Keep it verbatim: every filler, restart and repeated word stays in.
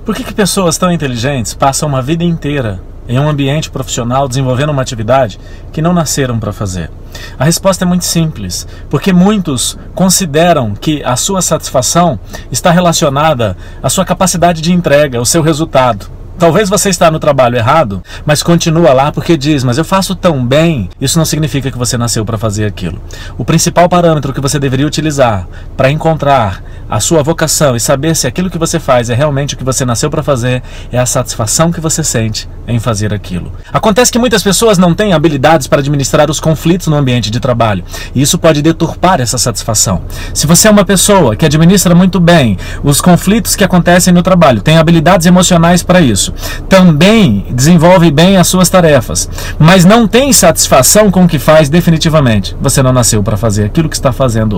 Por que que pessoas tão inteligentes passam uma vida inteira em um ambiente profissional desenvolvendo uma atividade que não nasceram para fazer? A resposta é muito simples, porque muitos consideram que a sua satisfação está relacionada à sua capacidade de entrega, ao seu resultado. Talvez você está no trabalho errado, mas continua lá porque diz, mas eu faço tão bem. Isso não significa que você nasceu para fazer aquilo. O principal parâmetro que você deveria utilizar para encontrar a sua vocação e saber se aquilo que você faz é realmente o que você nasceu para fazer é a satisfação que você sente em fazer aquilo. Acontece que muitas pessoas não têm habilidades para administrar os conflitos no ambiente de trabalho, e isso pode deturpar essa satisfação. Se você é uma pessoa que administra muito bem os conflitos que acontecem no trabalho, tem habilidades emocionais para isso, também desenvolve bem as suas tarefas, mas não tem satisfação com o que faz, definitivamente você não nasceu para fazer aquilo que está fazendo.